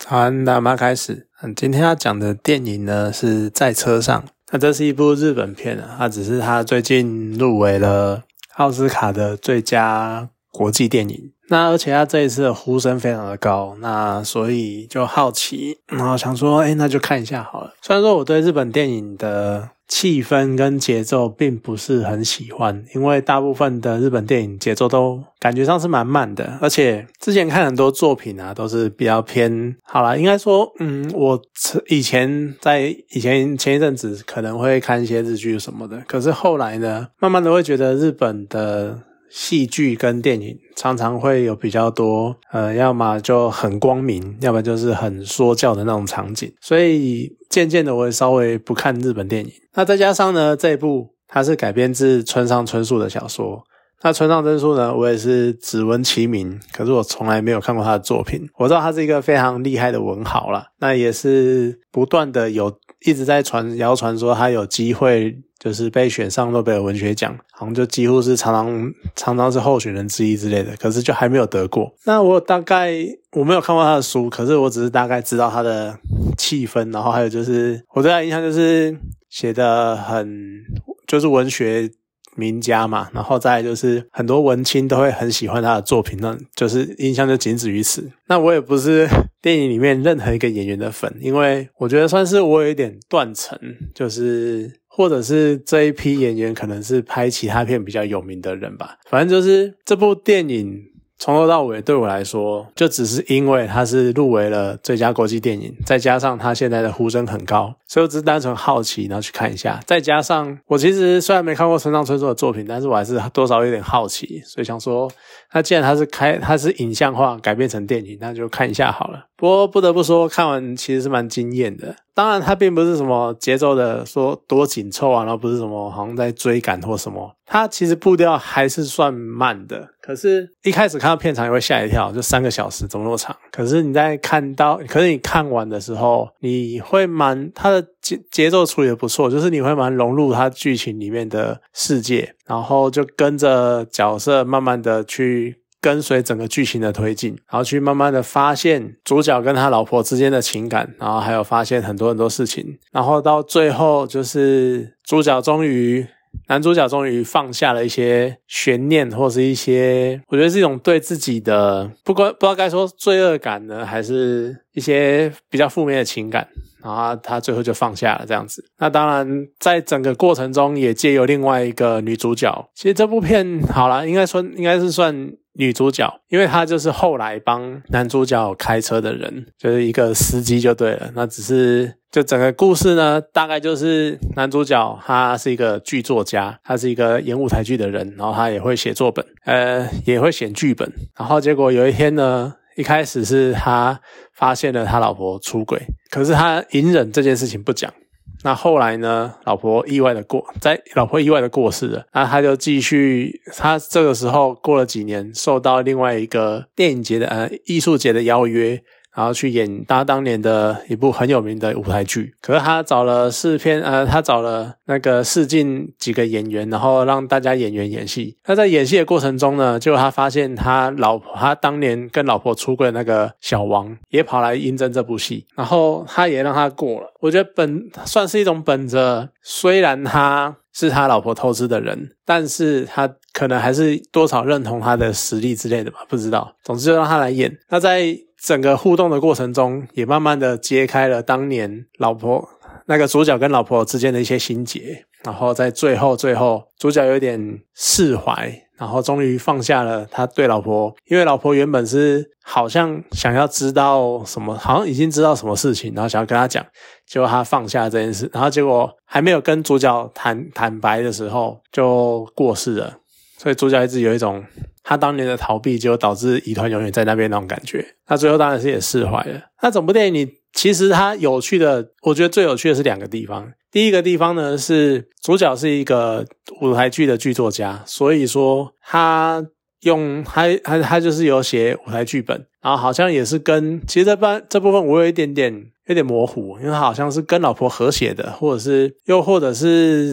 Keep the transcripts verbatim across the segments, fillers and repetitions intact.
好，那我们开始。今天要讲的电影呢是在车上。那这是一部日本片啊，它只是它最近入围了奥斯卡的最佳国际电影。那而且它这一次的呼声非常的高，那所以就好奇，然后想说，诶那就看一下好了。虽然说我对日本电影的气氛跟节奏并不是很喜欢，因为大部分的日本电影节奏都感觉上是蛮慢的，而且之前看很多作品啊都是比较偏，好啦，应该说嗯，我以前在以前前一阵子可能会看一些日剧什么的，可是后来呢慢慢的会觉得日本的戏剧跟电影常常会有比较多呃，要么就很光明，要么就是很说教的那种场景，所以渐渐的我也稍微不看日本电影。那再加上呢这一部它是改编自村上春树的小说，那村上春树呢我也是只闻其名，可是我从来没有看过他的作品。我知道他是一个非常厉害的文豪啦，那也是不断的有一直在传谣传说他有机会就是被选上诺贝尔文学奖，好像就几乎是常常常常是候选人之一之类的，可是就还没有得过。那我大概我没有看过他的书，可是我只是大概知道他的气氛，然后还有就是我对他的印象就是写得很就是文学名家嘛，然后再来就是很多文青都会很喜欢他的作品，那就是印象就仅止于此。那我也不是电影里面任何一个演员的粉，因为我觉得算是我有一点断层，就是或者是这一批演员可能是拍其他片比较有名的人吧，反正就是这部电影从头到尾对我来说就只是因为它是入围了最佳国际电影，再加上它现在的呼声很高，所以我只是单纯好奇然后去看一下，再加上我其实虽然没看过村上春树的作品，但是我还是多少有点好奇，所以想说那既然它是开它是影像化改编成电影，那就看一下好了。不过不得不说看完其实是蛮惊艳的，当然它并不是什么节奏的说多紧凑啊，然后不是什么好像在追赶或什么，它其实步调还是算慢的，可是一开始看到片长也会吓一跳，就三个小时怎么那么长，可是你在看到可是你看完的时候你会蛮它的节节奏处理得不错，就是你会蛮融入它剧情里面的世界，然后就跟着角色慢慢的去跟随整个剧情的推进，然后去慢慢的发现主角跟他老婆之间的情感，然后还有发现很多很多事情，然后到最后就是主角终于男主角终于放下了一些悬念，或是一些我觉得是一种对自己的不不知道该说罪恶感呢，还是一些比较负面的情感，然后他最后就放下了这样子。那当然在整个过程中也借由另外一个女主角，其实这部片好啦，应该说应该是算女主角，因为她就是后来帮男主角开车的人，就是一个司机就对了。那只是就整个故事呢大概就是男主角他是一个剧作家，他是一个演舞台剧的人，然后他也会写作本呃，也会写剧本，然后结果有一天呢一开始是他发现了他老婆出轨，可是他隐忍这件事情不讲，那后来呢老婆意外的过在老婆意外的过世了，那他就继续他这个时候过了几年受到另外一个电影节的呃艺术节的邀约，然后去演他当年的一部很有名的舞台剧，可是他找了四片呃，他找了那个试镜几个演员，然后让大家演员演戏。那在演戏的过程中呢，结果他发现他老婆他当年跟老婆出轨的那个小王也跑来应征这部戏，然后他也让他过了。我觉得本算是一种本着虽然他是他老婆偷吃的人，但是他可能还是多少认同他的实力之类的吧，不知道，总之就让他来演。那在整个互动的过程中也慢慢的揭开了当年老婆那个主角跟老婆之间的一些心结，然后在最后最后主角有点释怀，然后终于放下了他对老婆，因为老婆原本是好像想要知道什么，好像已经知道什么事情，然后想要跟他讲，结果他放下这件事，然后结果还没有跟主角坦坦白的时候就过世了，所以主角一直有一种他当年的逃避结果导致疑团永远在那边那种感觉，那最后当然是也释怀了。那整部电影里其实它有趣的，我觉得最有趣的是两个地方。第一个地方呢是主角是一个舞台剧的剧作家，所以说他用他他他就是有写舞台剧本，然后好像也是跟其实这部这部分我有一点点有点模糊，因为他好像是跟老婆合写的，或者是又或者是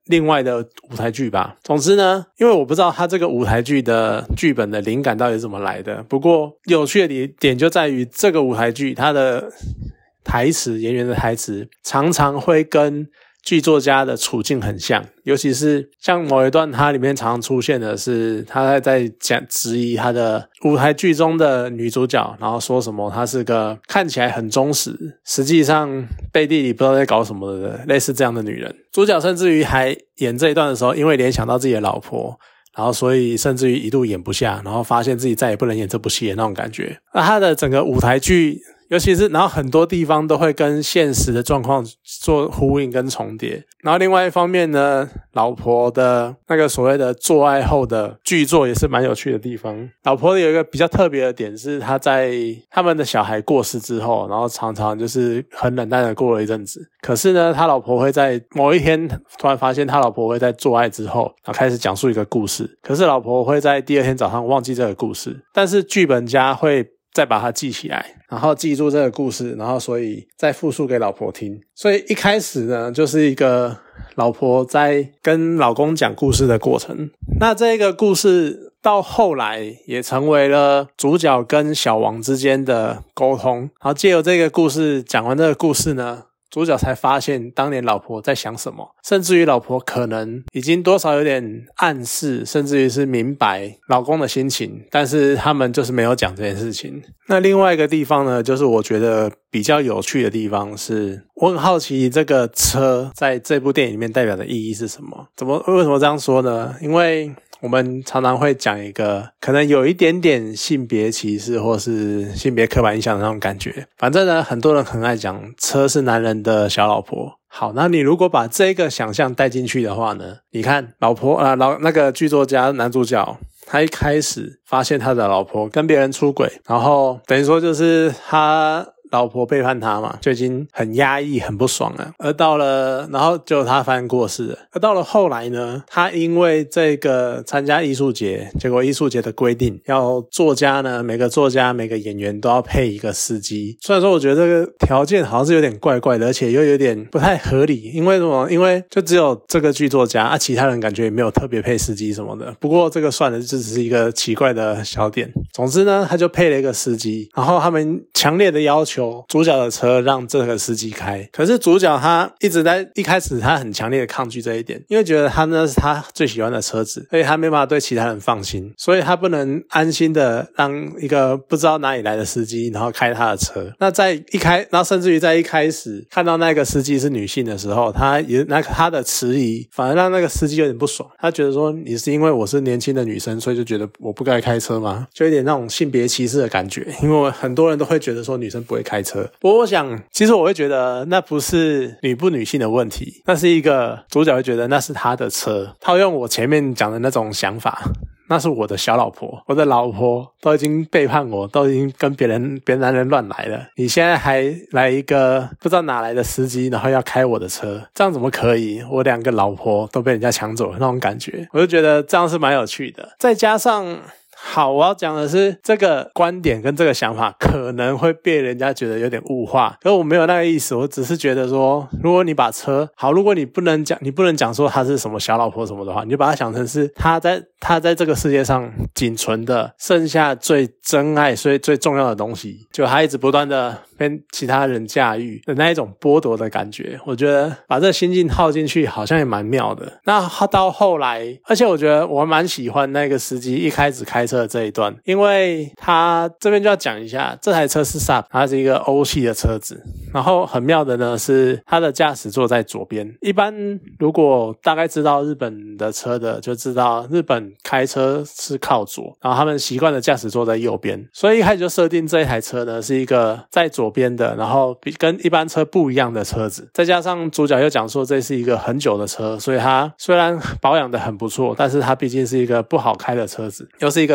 另外的舞台剧吧。总之呢，因为我不知道他这个舞台剧的剧本的灵感到底是怎么来的，不过有趣的点就在于这个舞台剧它的台词，演员的台词常常会跟剧作家的处境很像，尤其是像某一段它里面常常出现的是他在讲质疑他的舞台剧中的女主角，然后说什么她是个看起来很忠实，实际上背地里不知道在搞什么的类似这样的女人。主角甚至于还演这一段的时候，因为联想到自己的老婆，然后所以甚至于一度演不下，然后发现自己再也不能演这部戏的那种感觉。那他的整个舞台剧尤其是然后很多地方都会跟现实的状况做呼应跟重叠。然后另外一方面呢，老婆的那个所谓的做爱后的剧作也是蛮有趣的地方。老婆有一个比较特别的点是，他在他们的小孩过世之后，然后常常就是很冷淡的过了一阵子，可是呢他老婆会在某一天突然发现他老婆会在做爱之后然后开始讲述一个故事，可是老婆会在第二天早上忘记这个故事，但是剧本家会再把它记起来，然后记住这个故事，然后所以再复述给老婆听。所以一开始呢就是一个老婆在跟老公讲故事的过程。那这个故事到后来也成为了主角跟小王之间的沟通，然后借由这个故事讲完这个故事呢，主角才发现当年老婆在想什么，甚至于老婆可能已经多少有点暗示，甚至于是明白老公的心情，但是他们就是没有讲这件事情。那另外一个地方呢，就是我觉得比较有趣的地方是，我很好奇这个车在这部电影里面代表的意义是什么。怎么为什么这样说呢？因为我们常常会讲一个可能有一点点性别歧视或是性别刻板印象的那种感觉。反正呢，很多人很爱讲车是男人的小老婆。好，那你如果把这个想象带进去的话呢，你看老婆啊、呃，老那个剧作家男主角，他一开始发现他的老婆跟别人出轨，然后等于说就是他老婆背叛他嘛，就已经很压抑很不爽了。而到了然后就他发现过世了，而到了后来呢，他因为这个参加艺术节，结果艺术节的规定要作家呢，每个作家每个演员都要配一个司机。虽然说我觉得这个条件好像是有点怪怪的，而且又有点不太合理。因为什么？因为就只有这个剧作家啊，其他人感觉也没有特别配司机什么的。不过这个算了，这只是一个奇怪的小点。总之呢，他就配了一个司机，然后他们强烈的要求主角的车让这个司机开。可是主角他一直在一开始他很强烈的抗拒这一点，因为觉得他那是他最喜欢的车子，所以他没办法对其他人放心，所以他不能安心的让一个不知道哪里来的司机然后开他的车。那在一开然后甚至于在一开始看到那个司机是女性的时候，他也那他的迟疑反而让那个司机有点不爽，他觉得说你是因为我是年轻的女生所以就觉得我不该开车吗？就有点那种性别歧视的感觉。因为很多人都会觉得说女生不会开车，不过我想其实我会觉得那不是女不女性的问题，那是一个主角会觉得那是他的车，套用我前面讲的那种想法，那是我的小老婆，我的老婆都已经背叛我，都已经跟别人别的男人乱来了，你现在还来一个不知道哪来的司机然后要开我的车，这样怎么可以？我两个老婆都被人家抢走了那种感觉，我就觉得这样是蛮有趣的。再加上好，我要讲的是这个观点跟这个想法可能会被人家觉得有点物化，可是我没有那个意思，我只是觉得说如果你把车好，如果你不能讲你不能讲说他是什么小老婆什么的话，你就把它想成是他在他在这个世界上仅存的剩下最真爱所以最重要的东西，就他一直不断的被其他人驾驭的那一种剥夺的感觉。我觉得把这个心境套进去好像也蛮妙的。那到后来，而且我觉得我蛮喜欢那个司机一开始开车的这一段，因为他这边就要讲一下，这台车是 S U P， 它是一个欧系的车子，然后很妙的呢是它的驾驶座在左边。一般如果大概知道日本的车的就知道日本开车是靠左，然后他们习惯的驾驶座在右边，所以一开始就设定这一台车呢是一个在左边的，然后比跟一般车不一样的车子。再加上主角又讲说这是一个很久的车，所以它虽然保养的很不错，但是它毕竟是一个不好开的车子，又是一个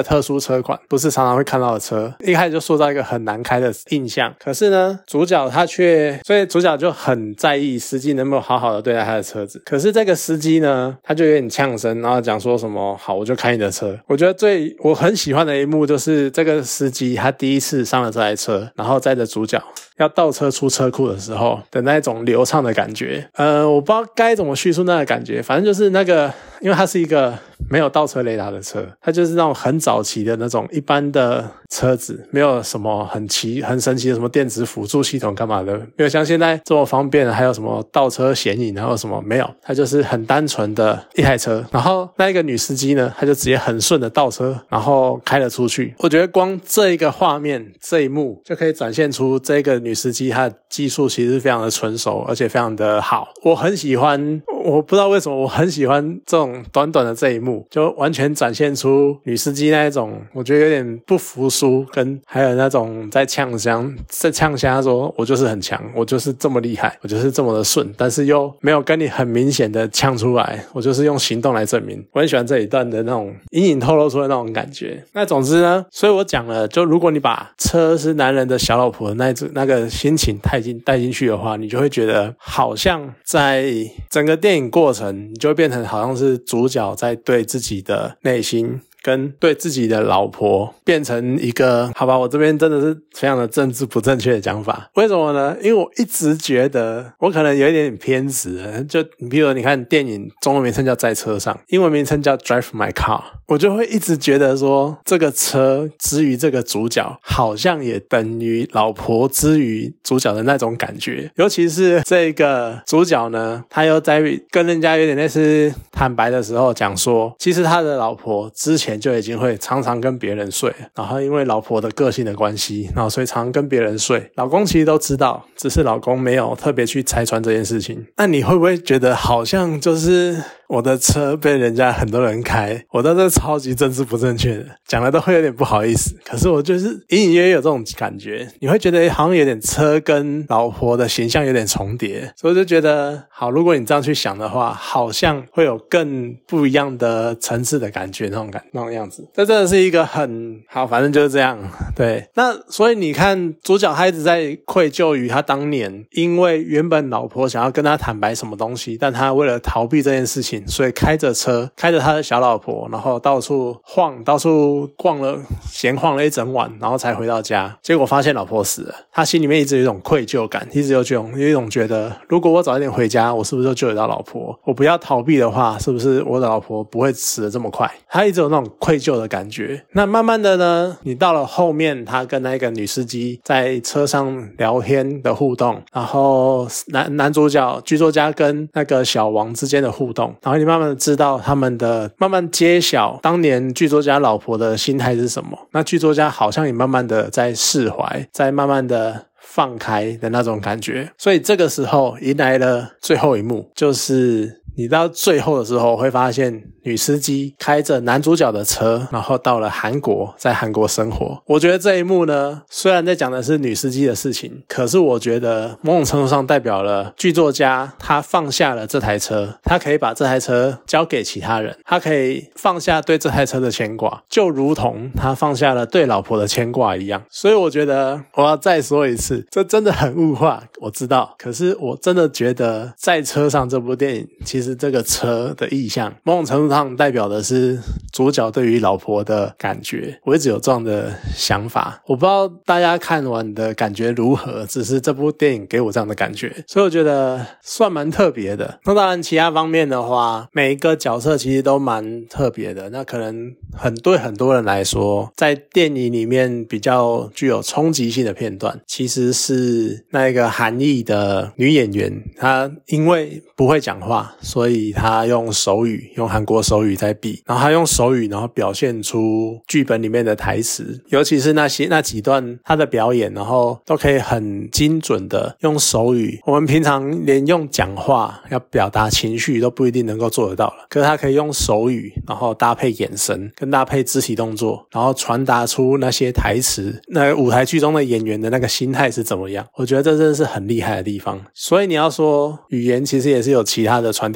特殊车款，不是常常会看到的车，一开始就塑造一个很难开的印象。可是呢，主角他却，所以主角就很在意司机能不能好好的对待他的车子。可是这个司机呢，他就有点呛声，然后讲说什么好我就开你的车。我觉得最我很喜欢的一幕就是这个司机他第一次上了这台车，然后载着主角要倒车出车库的时候的那种流畅的感觉。呃，我不知道该怎么叙述那个感觉，反正就是那个，因为它是一个没有倒车雷达的车，它就是那种很早期的那种一般的车子，没有什么很奇很神奇的什么电子辅助系统干嘛的，没有像现在这么方便，还有什么倒车显影然后什么，没有，它就是很单纯的一台车。然后那一个女司机呢，她就直接很顺的倒车，然后开了出去。我觉得光这一个画面这一幕就可以展现出这个女司机她的技术其实非常的纯熟，而且非常的好。我很喜欢，我不知道为什么我很喜欢这种短短的这一幕，就完全展现出女司机那一种我觉得有点不服输，跟还有那种在呛香在呛香说我就是很强，我就是这么厉害，我就是这么的顺，但是又没有跟你很明显的呛出来，我就是用行动来证明。我很喜欢这一段的那种隐隐透露出的那种感觉。那总之呢，所以我讲了，就如果你把车是男人的小老婆的那那个心情带进带进去的话，你就会觉得好像在整个电影过程你就会变成好像是主角在对自己的内心跟对自己的老婆变成一个，好吧，我这边真的是非常的政治不正确的讲法。为什么呢？因为我一直觉得我可能有一点点偏执了，就你比如说你看电影中文名称叫在车上，英文名称叫 Drive My Car， 我就会一直觉得说这个车之于这个主角好像也等于老婆之于主角的那种感觉。尤其是这个主角呢，他又在跟人家有点类似坦白的时候讲说，其实他的老婆之前就已经会常常跟别人睡，然后因为老婆的个性的关系，然后所以常常跟别人睡，老公其实都知道，只是老公没有特别去拆穿这件事情。那你会不会觉得好像就是我的车被人家很多人开，我都是超级政治不正确的，讲了都会有点不好意思，可是我就是隐隐约约有这种感觉，你会觉得好像有点车跟老婆的形象有点重叠，所以我就觉得好，如果你这样去想的话，好像会有更不一样的层次的感觉，那种感那种样子。这真的是一个很好，反正就是这样。对，那所以你看主角他一直在愧疚于他当年因为原本老婆想要跟他坦白什么东西，但他为了逃避这件事情，所以开着车开着他的小老婆，然后到处晃到处逛了闲晃了一整晚，然后才回到家，结果发现老婆死了。他心里面一直有一种愧疚感，一直有这种有一种觉得，如果我早一点回家，我是不是就救得到老婆？我不要逃避的话，是不是我的老婆不会死得这么快？他一直有那种愧疚的感觉。那慢慢的呢，你到了后面他跟那个女司机在车上聊天的互动，然后男男主角剧作家跟那个小王之间的互动，然后你慢慢的知道他们的，慢慢揭晓当年剧作家老婆的心态是什么。那剧作家好像也慢慢的在释怀，在慢慢的放开的那种感觉。所以这个时候迎来了最后一幕，就是你到最后的时候会发现女司机开着男主角的车，然后到了韩国，在韩国生活。我觉得这一幕呢，虽然在讲的是女司机的事情，可是我觉得某种程度上代表了剧作家他放下了这台车，他可以把这台车交给其他人，他可以放下对这台车的牵挂，就如同他放下了对老婆的牵挂一样。所以我觉得我要再说一次，这真的很物化，我知道，可是我真的觉得在车上这部电影，其实这个车的意象某种程度上代表的是主角对于老婆的感觉。我一直有这样的想法，我不知道大家看完的感觉如何，只是这部电影给我这样的感觉，所以我觉得算蛮特别的。那当然其他方面的话，每一个角色其实都蛮特别的，那可能很对很多人来说，在电影里面比较具有冲击性的片段，其实是那个韩裔的女演员，她因为不会讲话，所以她用手语，用韩国手语在比，然后她用手语然后表现出剧本里面的台词，尤其是那些那几段她的表演，然后都可以很精准的用手语，我们平常连用讲话要表达情绪都不一定能够做得到了，可是她可以用手语，然后搭配眼神跟搭配肢体动作，然后传达出那些台词，那个舞台剧中的演员的那个心态是怎么样。我觉得这真的是很厉害的地方。所以你要说语言其实也是有其他的传递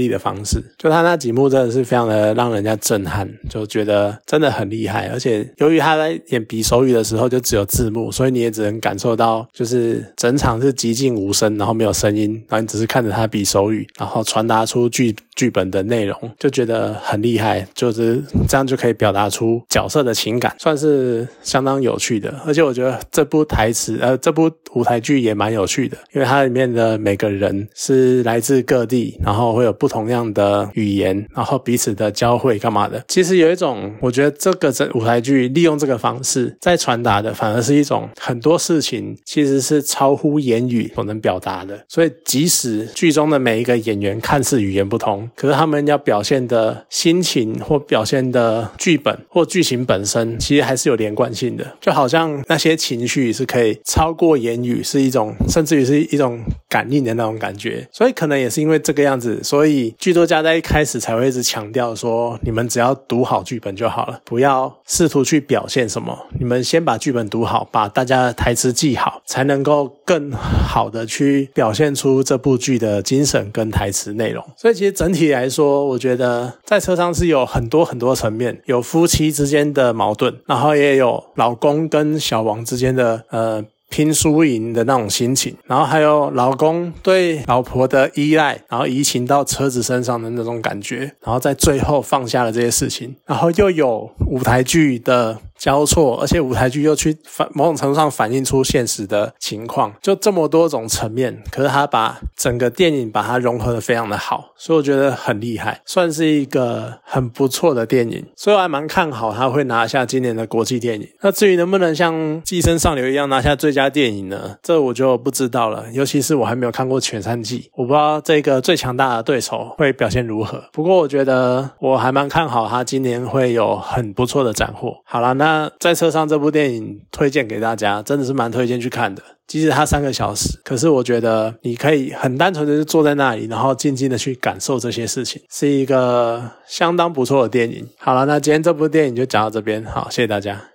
的方式，就他那几幕真的是非常的让人家震撼，就觉得真的很厉害。而且由于他在演比手语的时候就只有字幕，所以你也只能感受到就是整场是寂静无声，然后没有声音，然后你只是看着他比手语，然后传达出剧剧本的内容，就觉得很厉害，就是这样就可以表达出角色的情感，算是相当有趣的。而且我觉得这部台词呃这部舞台剧也蛮有趣的，因为它里面的每个人是来自各地，然后会有不同样的语言，然后彼此的交汇干嘛的。其实有一种我觉得这个舞台剧利用这个方式在传达的反而是一种很多事情其实是超乎言语所能表达的，所以即使剧中的每一个演员看似语言不同，可是他们要表现的心情或表现的剧本或剧情本身其实还是有连贯性的，就好像那些情绪是可以超过言语，是一种甚至于是一种感应的那种感觉。所以可能也是因为这个样子，所以剧作家在一开始才会一直强调说你们只要读好剧本就好了，不要试图去表现什么，你们先把剧本读好，把大家的台词记好，才能够更好的去表现出这部剧的精神跟台词内容。所以其实整体来说，我觉得在车上是有很多很多层面，有夫妻之间的矛盾，然后也有老公跟小王之间的呃拼输赢的那种心情，然后还有老公对老婆的依赖，然后移情到车子身上的那种感觉，然后在最后放下了这些事情，然后又有舞台剧的交错，而且舞台剧又去反某种程度上反映出现实的情况，就这么多种层面，可是他把整个电影把它融合得非常的好，所以我觉得很厉害，算是一个很不错的电影，所以我还蛮看好他会拿下今年的国际电影。那至于能不能像寄生上流一样拿下最佳电影呢，这我就不知道了，尤其是我还没有看过全三季，我不知道这个最强大的对手会表现如何，不过我觉得我还蛮看好他今年会有很不错的斩获。好啦，那那在车上这部电影推荐给大家，真的是蛮推荐去看的，即使它三个小时，可是我觉得你可以很单纯的就坐在那里，然后静静的去感受这些事情，是一个相当不错的电影。好了，那今天这部电影就讲到这边，好，谢谢大家。